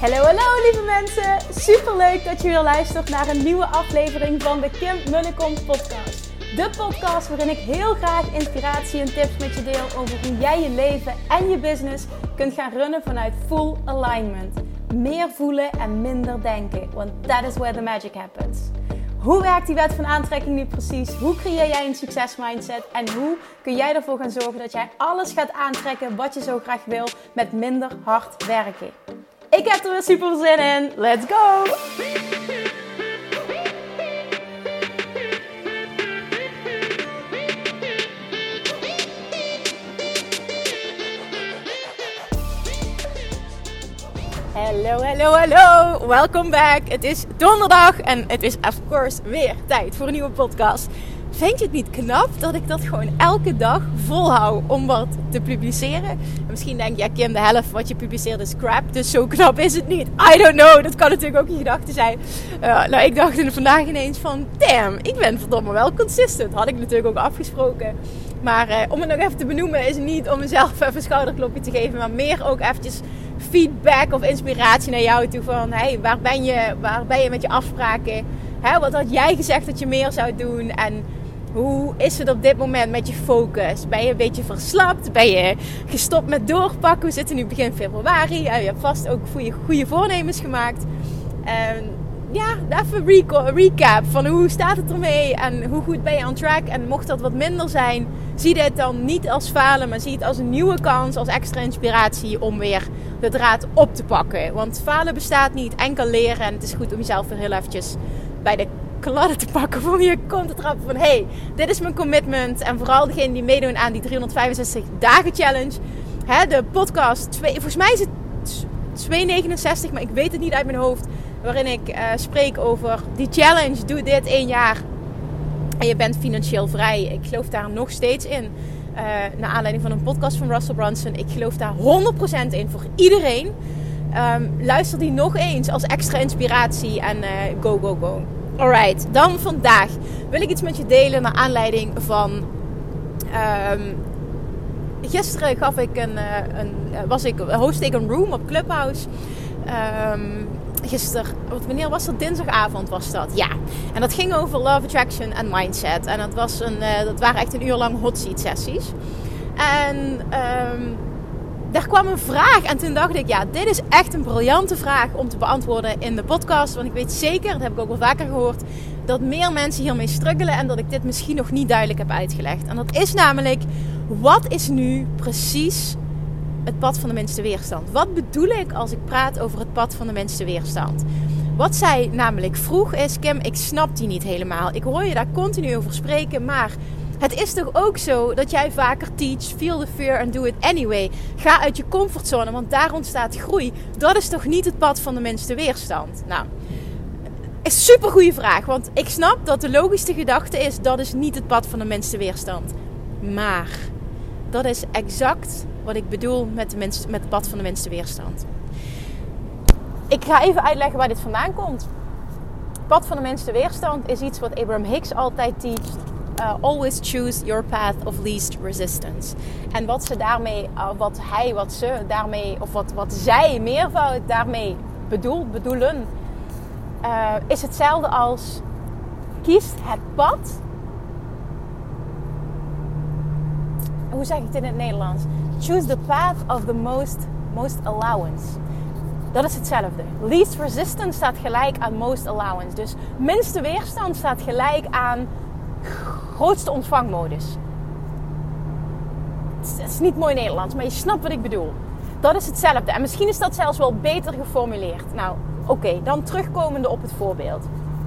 Hallo lieve mensen, superleuk dat je weer luistert naar een nieuwe aflevering van de Kim Munnekom podcast. De podcast waarin ik heel graag inspiratie en tips met je deel over hoe jij je leven en je business kunt gaan runnen vanuit full alignment. Meer voelen en minder denken, want that is where the magic happens. Hoe werkt die wet van aantrekking nu precies? Hoe creëer jij een succesmindset? En hoe kun jij ervoor gaan zorgen dat jij alles gaat aantrekken wat je zo graag wil met minder hard werken? Ik heb er weer super zin in. Let's go! Hallo. Welcome back. Het is donderdag en het is of course weer tijd voor een nieuwe podcast. Vind je het niet knap dat ik dat gewoon elke dag volhou om wat te publiceren? En misschien denk je, ja Kim, de helft wat je publiceert is crap, dus zo knap is het niet. I don't know, dat kan natuurlijk ook je gedachte zijn. Ik dacht vandaag ineens van, damn, ik ben verdomme wel consistent. Had ik natuurlijk ook afgesproken. Maar om het nog even te benoemen is niet om mezelf even een schouderklopje te geven, maar meer ook eventjes feedback of inspiratie naar jou toe van, hey, waar ben je met je afspraken? Wat had jij gezegd dat je meer zou doen? En hoe is het op dit moment met je focus? Ben je een beetje verslapt? Ben je gestopt met doorpakken? We zitten nu begin februari. Je hebt vast ook goede voornemens gemaakt. Even een recap van hoe staat het ermee? En hoe goed ben je on track? En mocht dat wat minder zijn, zie dit dan niet als falen, maar zie het als een nieuwe kans, als extra inspiratie om weer de draad op te pakken. Want falen bestaat niet, enkel leren. En het is goed om jezelf weer heel eventjes bij de kladden te pakken voor je kont te trappen van, hey, dit is mijn commitment. En vooral degenen die meedoen aan die 365 dagen challenge. De podcast, volgens mij is het 269, maar ik weet het niet uit mijn hoofd. Waarin ik spreek over die challenge, doe dit 1 jaar. En je bent financieel vrij. Ik geloof daar nog steeds in. Naar aanleiding van een podcast van Russell Brunson. Ik geloof daar 100% in voor iedereen. Luister die nog eens als extra inspiratie. En go. Alright, dan vandaag wil ik iets met je delen naar aanleiding van... Gisteren hostte ik een room op Clubhouse. Wanneer was dat? Dinsdagavond was dat. Ja. En dat ging over Love Attraction en Mindset. En dat waren echt 1 uur lang hot seat sessies. En daar kwam een vraag. En toen dacht ik, ja, dit is echt een briljante vraag om te beantwoorden in de podcast. Want ik weet zeker, dat heb ik ook wel vaker gehoord, dat meer mensen hiermee struggelen en dat ik dit misschien nog niet duidelijk heb uitgelegd. En dat is namelijk, wat is nu precies het pad van de minste weerstand? Wat bedoel ik als ik praat over het pad van de minste weerstand? Wat zij namelijk vroeg is, Kim, ik snap die niet helemaal. Ik hoor je daar continu over spreken, maar het is toch ook zo dat jij vaker teach, feel the fear and do it anyway. Ga uit je comfortzone, want daar ontstaat groei. Dat is toch niet het pad van de minste weerstand? Nou, is een super goede vraag, want ik snap dat de logische gedachte is, dat is niet het pad van de minste weerstand. Maar dat is exact wat ik bedoel met het pad van de minste weerstand. Ik ga even uitleggen waar dit vandaan komt. Het pad van de minste weerstand is iets wat Abraham Hicks altijd teacht. Always choose your path of least resistance. En wat zij meervoud daarmee bedoelen, is hetzelfde als kies het pad. Hoe zeg ik dit in het Nederlands? Choose the path of the most allowance. Dat is hetzelfde. Least resistance staat gelijk aan most allowance. Dus minste weerstand staat gelijk aan grootste ontvangmodus. Het is niet mooi Nederlands, maar je snapt wat ik bedoel. Dat is hetzelfde. En misschien is dat zelfs wel beter geformuleerd. Nou, oké, dan terugkomende op het voorbeeld.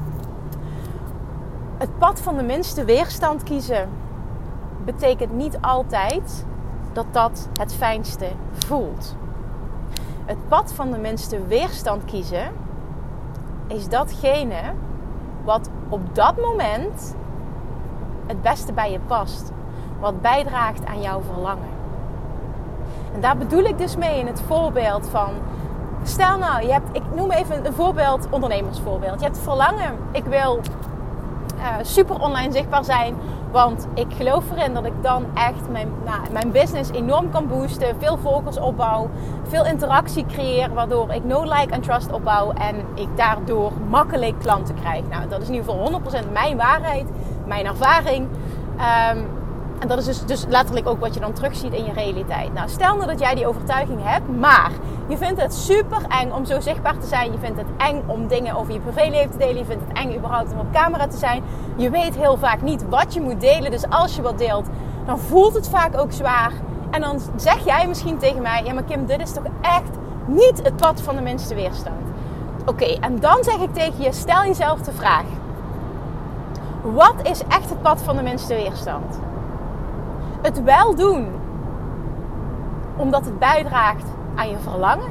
Het pad van de minste weerstand kiezen betekent niet altijd dat dat het fijnste voelt. Het pad van de minste weerstand kiezen is datgene wat op dat moment het beste bij je past. Wat bijdraagt aan jouw verlangen. En daar bedoel ik dus mee in het voorbeeld van... Stel nou, ik noem even een voorbeeld, ondernemersvoorbeeld. Je hebt verlangen, ik wil super online zichtbaar zijn Want ik geloof erin dat ik dan echt mijn business enorm kan boosten. Veel volgers opbouw. Veel interactie creëer. Waardoor ik no like en trust opbouw. En ik daardoor makkelijk klanten krijg. Nou, dat is in ieder geval 100% mijn waarheid. Mijn ervaring. En dat is dus letterlijk ook wat je dan terugziet in je realiteit. Nou, stel nou dat jij die overtuiging hebt. Maar je vindt het super eng om zo zichtbaar te zijn. Je vindt het eng om dingen over je privéleven te delen. Je vindt het eng überhaupt om op camera te zijn. Je weet heel vaak niet wat je moet delen. Dus als je wat deelt, dan voelt het vaak ook zwaar. En dan zeg jij misschien tegen mij... Ja, maar Kim, dit is toch echt niet het pad van de minste weerstand. Oké, en dan zeg ik tegen je... Stel jezelf de vraag. Wat is echt het pad van de minste weerstand? Het wel doen omdat het bijdraagt aan je verlangen?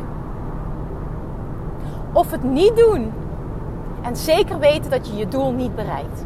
Of het niet doen en zeker weten dat je je doel niet bereikt?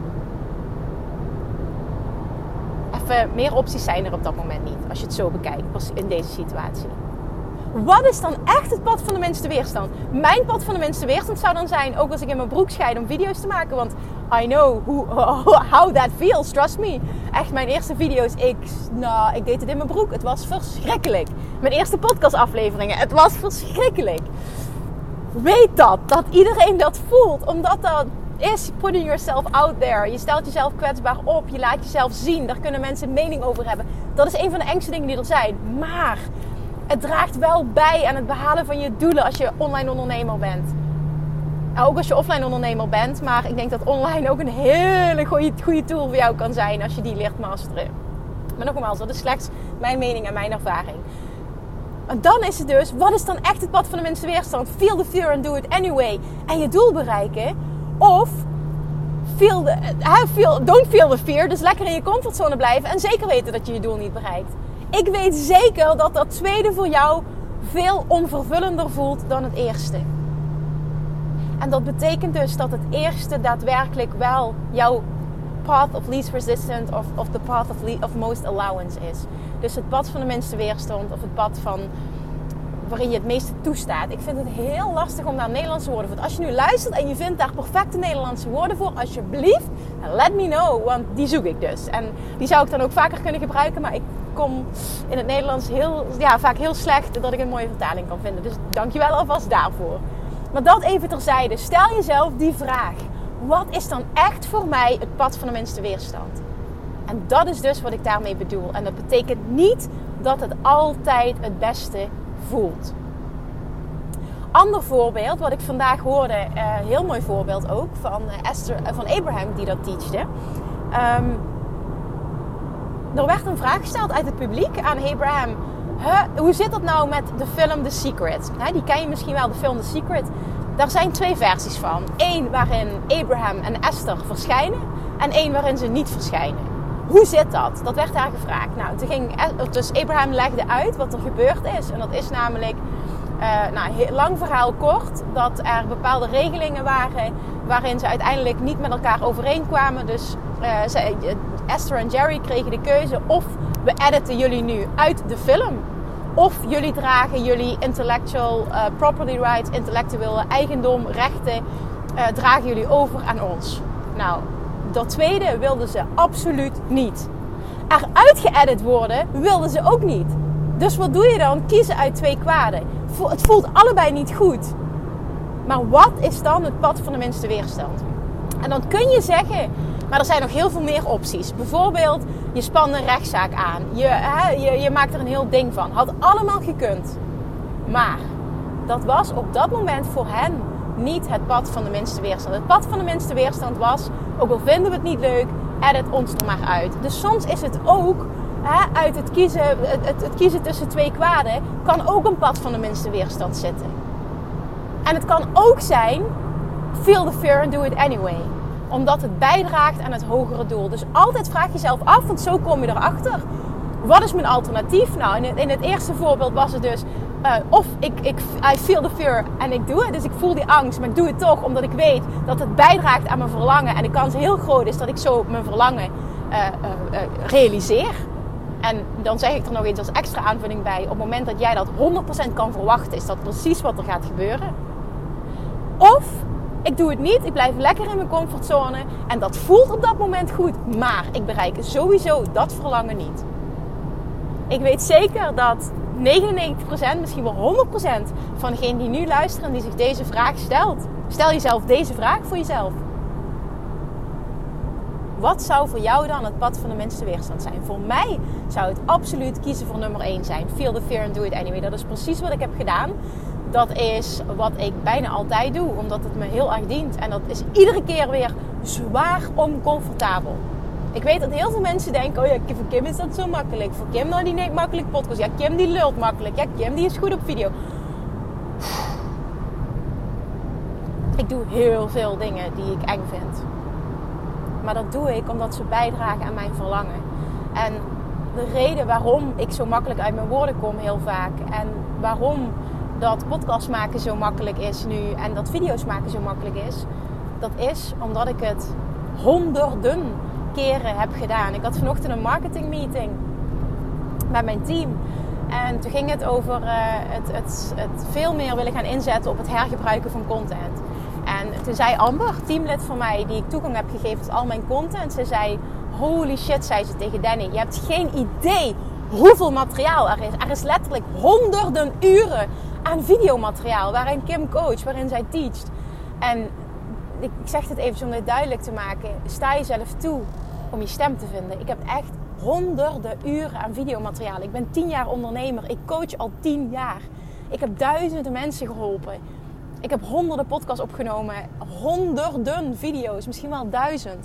Even meer opties zijn er op dat moment niet, als je het zo bekijkt in deze situatie. Wat is dan echt het pad van de minste weerstand? Mijn pad van de minste weerstand zou dan zijn, ook als ik in mijn broek scheid om video's te maken. Want I know how that feels, trust me. Echt, mijn eerste video's, ik deed het in mijn broek. Het was verschrikkelijk. Mijn eerste podcastafleveringen, het was verschrikkelijk. Weet dat iedereen dat voelt. Omdat dat is putting yourself out there. Je stelt jezelf kwetsbaar op, je laat jezelf zien. Daar kunnen mensen een mening over hebben. Dat is een van de engste dingen die er zijn. Maar het draagt wel bij aan het behalen van je doelen als je online ondernemer bent. Ook als je offline ondernemer bent. Maar ik denk dat online ook een hele goede tool voor jou kan zijn als je die leert masteren. Maar nogmaals, dat is slechts mijn mening en mijn ervaring. En dan is het dus, wat is dan echt het pad van de minste weerstand? Feel the fear and do it anyway. En je doel bereiken. Of don't feel the fear. Dus lekker in je comfortzone blijven. En zeker weten dat je je doel niet bereikt. Ik weet zeker dat dat tweede voor jou veel onvervullender voelt dan het eerste. En dat betekent dus dat het eerste daadwerkelijk wel jouw path of least resistance of the path of most allowance is. Dus het pad van de minste weerstand of het pad van waarin je het meeste toestaat. Ik vind het heel lastig om daar Nederlandse woorden voor. Als je nu luistert en je vindt daar perfecte Nederlandse woorden voor, alsjeblieft, let me know, want die zoek ik dus. En die zou ik dan ook vaker kunnen gebruiken, maar ik kom in het Nederlands vaak heel slecht dat ik een mooie vertaling kan vinden. Dus dankjewel alvast daarvoor. Maar dat even terzijde. Stel jezelf die vraag. Wat is dan echt voor mij het pad van de minste weerstand? En dat is dus wat ik daarmee bedoel. En dat betekent niet dat het altijd het beste voelt. Ander voorbeeld, wat ik vandaag hoorde, heel mooi voorbeeld ook, van Abraham die dat teachte. Er werd een vraag gesteld uit het publiek aan Abraham. Hoe zit dat nou met de film The Secret? Die ken je misschien wel, de film The Secret. Daar zijn 2 versies van. 1 waarin Abraham en Esther verschijnen. En 1 waarin ze niet verschijnen. Hoe zit dat? Dat werd haar gevraagd. Dus Abraham legde uit wat er gebeurd is. En dat is namelijk, heel lang verhaal kort, dat er bepaalde regelingen waren waarin ze uiteindelijk niet met elkaar overeenkwamen. Dus Esther en Jerry kregen de keuze: of we editen jullie nu uit de film, of jullie dragen jullie intellectual property rights, intellectuele eigendom, rechten, dragen jullie over aan ons. Nou, dat tweede wilden ze absoluut niet. Eruit geëdit worden wilden ze ook niet. Dus wat doe je dan? Kiezen uit 2 kwaden. Het voelt allebei niet goed. Maar wat is dan het pad van de minste weerstand? En dan kun je zeggen, maar er zijn nog heel veel meer opties. Bijvoorbeeld, je spant een rechtszaak aan. Je maakt er een heel ding van. Had allemaal gekund. Maar dat was op dat moment voor hen niet het pad van de minste weerstand. Het pad van de minste weerstand was, ook al vinden we het niet leuk, edit ons er maar uit. Dus soms is het ook, uit het kiezen tussen 2 kwaden, kan ook een pad van de minste weerstand zitten. En het kan ook zijn, feel the fear and do it anyway. Omdat het bijdraagt aan het hogere doel. Dus altijd vraag jezelf af, want zo kom je erachter. Wat is mijn alternatief? Nou, in het eerste voorbeeld was het dus, of I feel the fear en ik doe het. Dus ik voel die angst, maar ik doe het toch omdat ik weet dat het bijdraagt aan mijn verlangen. En de kans heel groot is dat ik zo mijn verlangen realiseer. En dan zeg ik er nog eens als extra aanvulling bij. Op het moment dat jij dat 100% kan verwachten, is dat precies wat er gaat gebeuren. Of Ik doe het niet. Ik blijf lekker in mijn comfortzone. En dat voelt op dat moment goed. Maar ik bereik sowieso dat verlangen niet. Ik weet zeker dat 99%, misschien wel 100% van degenen die nu luisteren en die zich deze vraag stelt. Stel jezelf deze vraag voor jezelf. Wat zou voor jou dan het pad van de minste weerstand zijn? Voor mij zou het absoluut kiezen voor nummer 1 zijn. Feel the fear and do it anyway. Dat is precies wat ik heb gedaan. Dat is wat ik bijna altijd doe. Omdat het me heel erg dient. En dat is iedere keer weer zwaar oncomfortabel. Ik weet dat heel veel mensen denken... Oh ja, voor Kim is dat zo makkelijk. Voor Kim nou, die neemt makkelijk podcast. Ja, Kim die lult makkelijk. Ja, Kim die is goed op video. Ik doe heel veel dingen die ik eng vind. Maar dat doe ik omdat ze bijdragen aan mijn verlangen. En de reden waarom ik zo makkelijk uit mijn woorden kom heel vaak. En waarom dat podcast maken zo makkelijk is nu. En dat video's maken zo makkelijk is. Dat is omdat ik het honderden keren heb gedaan. Ik had vanochtend een marketingmeeting met mijn team. En toen ging het over het veel meer willen gaan inzetten op het hergebruiken van content. En toen zei Amber, teamlid van mij, die ik toegang heb gegeven tot al mijn content. Ze zei, holy shit, zei ze tegen Danny. Je hebt geen idee hoeveel materiaal er is. Er is letterlijk honderden uren aan videomateriaal waarin Kim coacht, waarin zij teacht. En ik zeg dit even om dit duidelijk te maken. Sta jezelf toe om je stem te vinden. Ik heb echt honderden uren aan videomateriaal. Ik ben 10 jaar ondernemer. Ik coach al 10 jaar. Ik heb duizenden mensen geholpen. Ik heb honderden podcasts opgenomen. Honderden video's. Misschien wel 1000.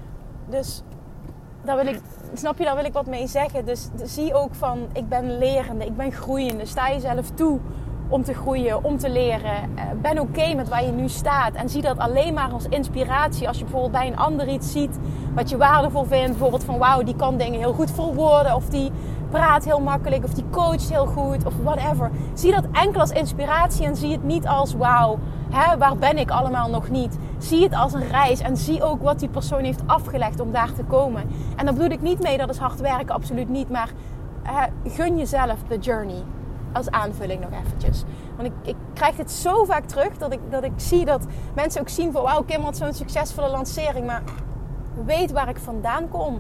Dus daar wil ik wat mee zeggen. Dus zie ook van, ik ben lerende. Ik ben groeiende. Sta jezelf toe om te groeien, om te leren. Ben oké met waar je nu staat. En zie dat alleen maar als inspiratie. Als je bijvoorbeeld bij een ander iets ziet wat je waardevol vindt. Bijvoorbeeld van wauw, die kan dingen heel goed verwoorden. Of die praat heel makkelijk. Of die coacht heel goed. Of whatever. Zie dat enkel als inspiratie. En zie het niet als wauw, waar ben ik allemaal nog niet. Zie het als een reis. En zie ook wat die persoon heeft afgelegd om daar te komen. En daar bedoel ik niet mee, dat is hard werken. Absoluut niet. Maar gun jezelf de journey. Als aanvulling nog eventjes. Want ik krijg dit zo vaak terug dat ik zie dat mensen ook zien van wauw, Kim had zo'n succesvolle lancering. Maar weet waar ik vandaan kom.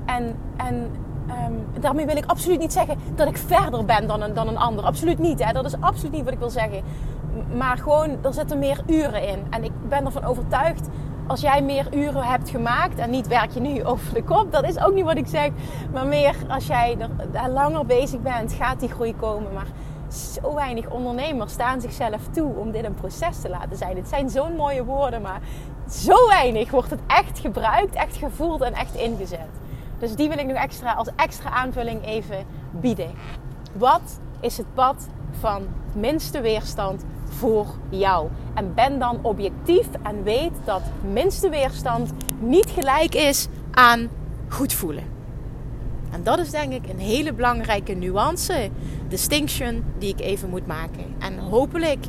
En daarmee wil ik absoluut niet zeggen dat ik verder ben dan een ander. Absoluut niet. Hè? Dat is absoluut niet wat ik wil zeggen. Maar gewoon, er zitten meer uren in. En ik ben ervan overtuigd, als jij meer uren hebt gemaakt en niet werk je nu over de kop, dat is ook niet wat ik zeg. Maar meer als jij er langer bezig bent, gaat die groei komen. Maar zo weinig ondernemers staan zichzelf toe om dit een proces te laten zijn. Het zijn zo'n mooie woorden, maar zo weinig wordt het echt gebruikt, echt gevoeld en echt ingezet. Dus die wil ik nog als extra aanvulling even bieden. Wat is het pad van minste weerstand voor jou? En ben dan objectief en weet dat minste weerstand niet gelijk is aan goed voelen. En dat is denk ik een hele belangrijke nuance, distinction die ik even moet maken. En hopelijk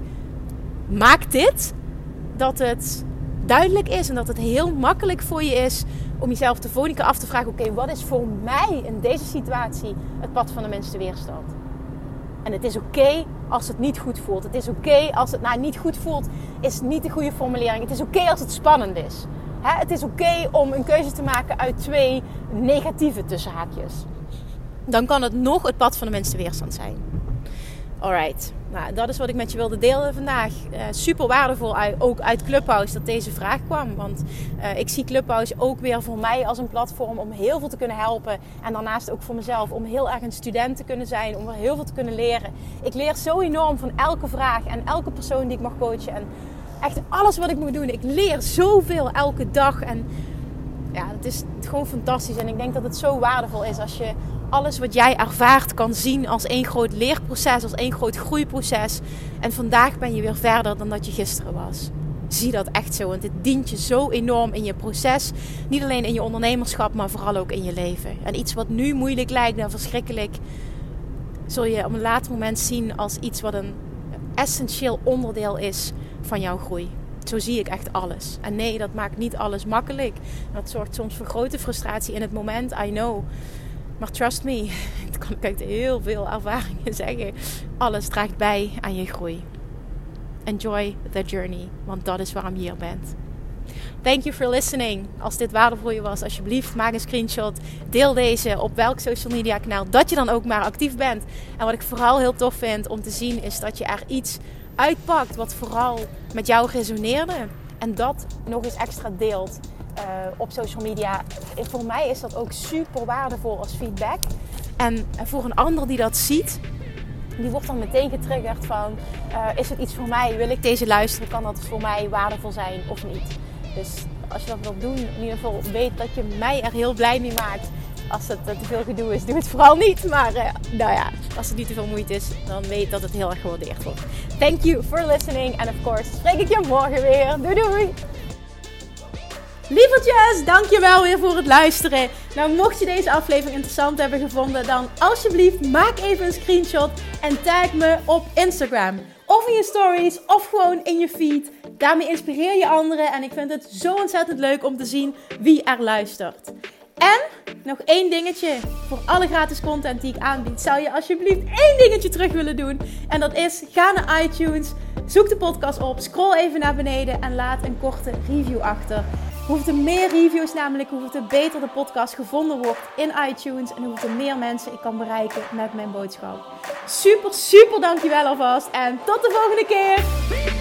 maakt dit dat het duidelijk is en dat het heel makkelijk voor je is om jezelf de volgende keer af te vragen, oké, wat is voor mij in deze situatie het pad van de minste weerstand? En het is oké als het niet goed voelt. Het is oké als het niet goed voelt, is niet de goede formulering. Het is oké als het spannend is. Het is oké om een keuze te maken uit 2 negatieve tussenhaakjes. Dan kan het nog het pad van de minste weerstand zijn. Alright, nou, dat is wat ik met je wilde delen vandaag. Super waardevol ook uit Clubhouse dat deze vraag kwam. Want ik zie Clubhouse ook weer voor mij als een platform om heel veel te kunnen helpen. En daarnaast ook voor mezelf om heel erg een student te kunnen zijn. Om er heel veel te kunnen leren. Ik leer zo enorm van elke vraag en elke persoon die ik mag coachen. En echt alles wat ik moet doen. Ik leer zoveel elke dag. En ja, het is gewoon fantastisch. En ik denk dat het zo waardevol is als je alles wat jij ervaart kan zien als één groot leerproces, als één groot groeiproces. En vandaag ben je weer verder dan dat je gisteren was. Zie dat echt zo, want dit dient je zo enorm in je proces. Niet alleen in je ondernemerschap, maar vooral ook in je leven. En iets wat nu moeilijk lijkt en verschrikkelijk, zul je op een later moment zien als iets wat een essentieel onderdeel is van jouw groei. Zo zie ik echt alles. En nee, dat maakt niet alles makkelijk. Dat zorgt soms voor grote frustratie in het moment, I know. Maar trust me, dat kan ik uit heel veel ervaringen zeggen. Alles draagt bij aan je groei. enjoy the journey. Want dat is waarom je hier bent. Thank you for listening. Als dit waardevol voor je was, alsjeblieft maak een screenshot. Deel deze op welk social media kanaal dat je dan ook maar actief bent. En wat ik vooral heel tof vind om te zien is dat je er iets uitpakt wat vooral met jou resoneerde. En dat nog eens extra deelt op social media. Voor mij is dat ook super waardevol als feedback. En voor een ander die dat ziet, die wordt dan meteen getriggerd van... is het iets voor mij? Wil ik deze luisteren? Kan dat voor mij waardevol zijn of niet? Dus als je dat wilt doen, in ieder geval weet dat je mij er heel blij mee maakt. Als het te veel gedoe is, doe het vooral niet. Maar als het niet te veel moeite is, dan weet dat het heel erg gewaardeerd wordt. Thank you for listening. En of course, spreek ik je morgen weer. Doei doei! Lievertjes, dankjewel weer voor het luisteren. Nou, mocht je deze aflevering interessant hebben gevonden, dan alsjeblieft maak even een screenshot en tag me op Instagram. Of in je stories, of gewoon in je feed. Daarmee inspireer je anderen en ik vind het zo ontzettend leuk om te zien wie er luistert. En nog één dingetje. Voor alle gratis content die ik aanbied, zou je alsjeblieft één dingetje terug willen doen. En dat is, ga naar iTunes, zoek de podcast op, scroll even naar beneden en laat een korte review achter. Hoeveel meer reviews namelijk, hoeveel beter de podcast gevonden wordt in iTunes. En hoeveel meer mensen ik kan bereiken met mijn boodschap. Super, super dankjewel alvast. En tot de volgende keer.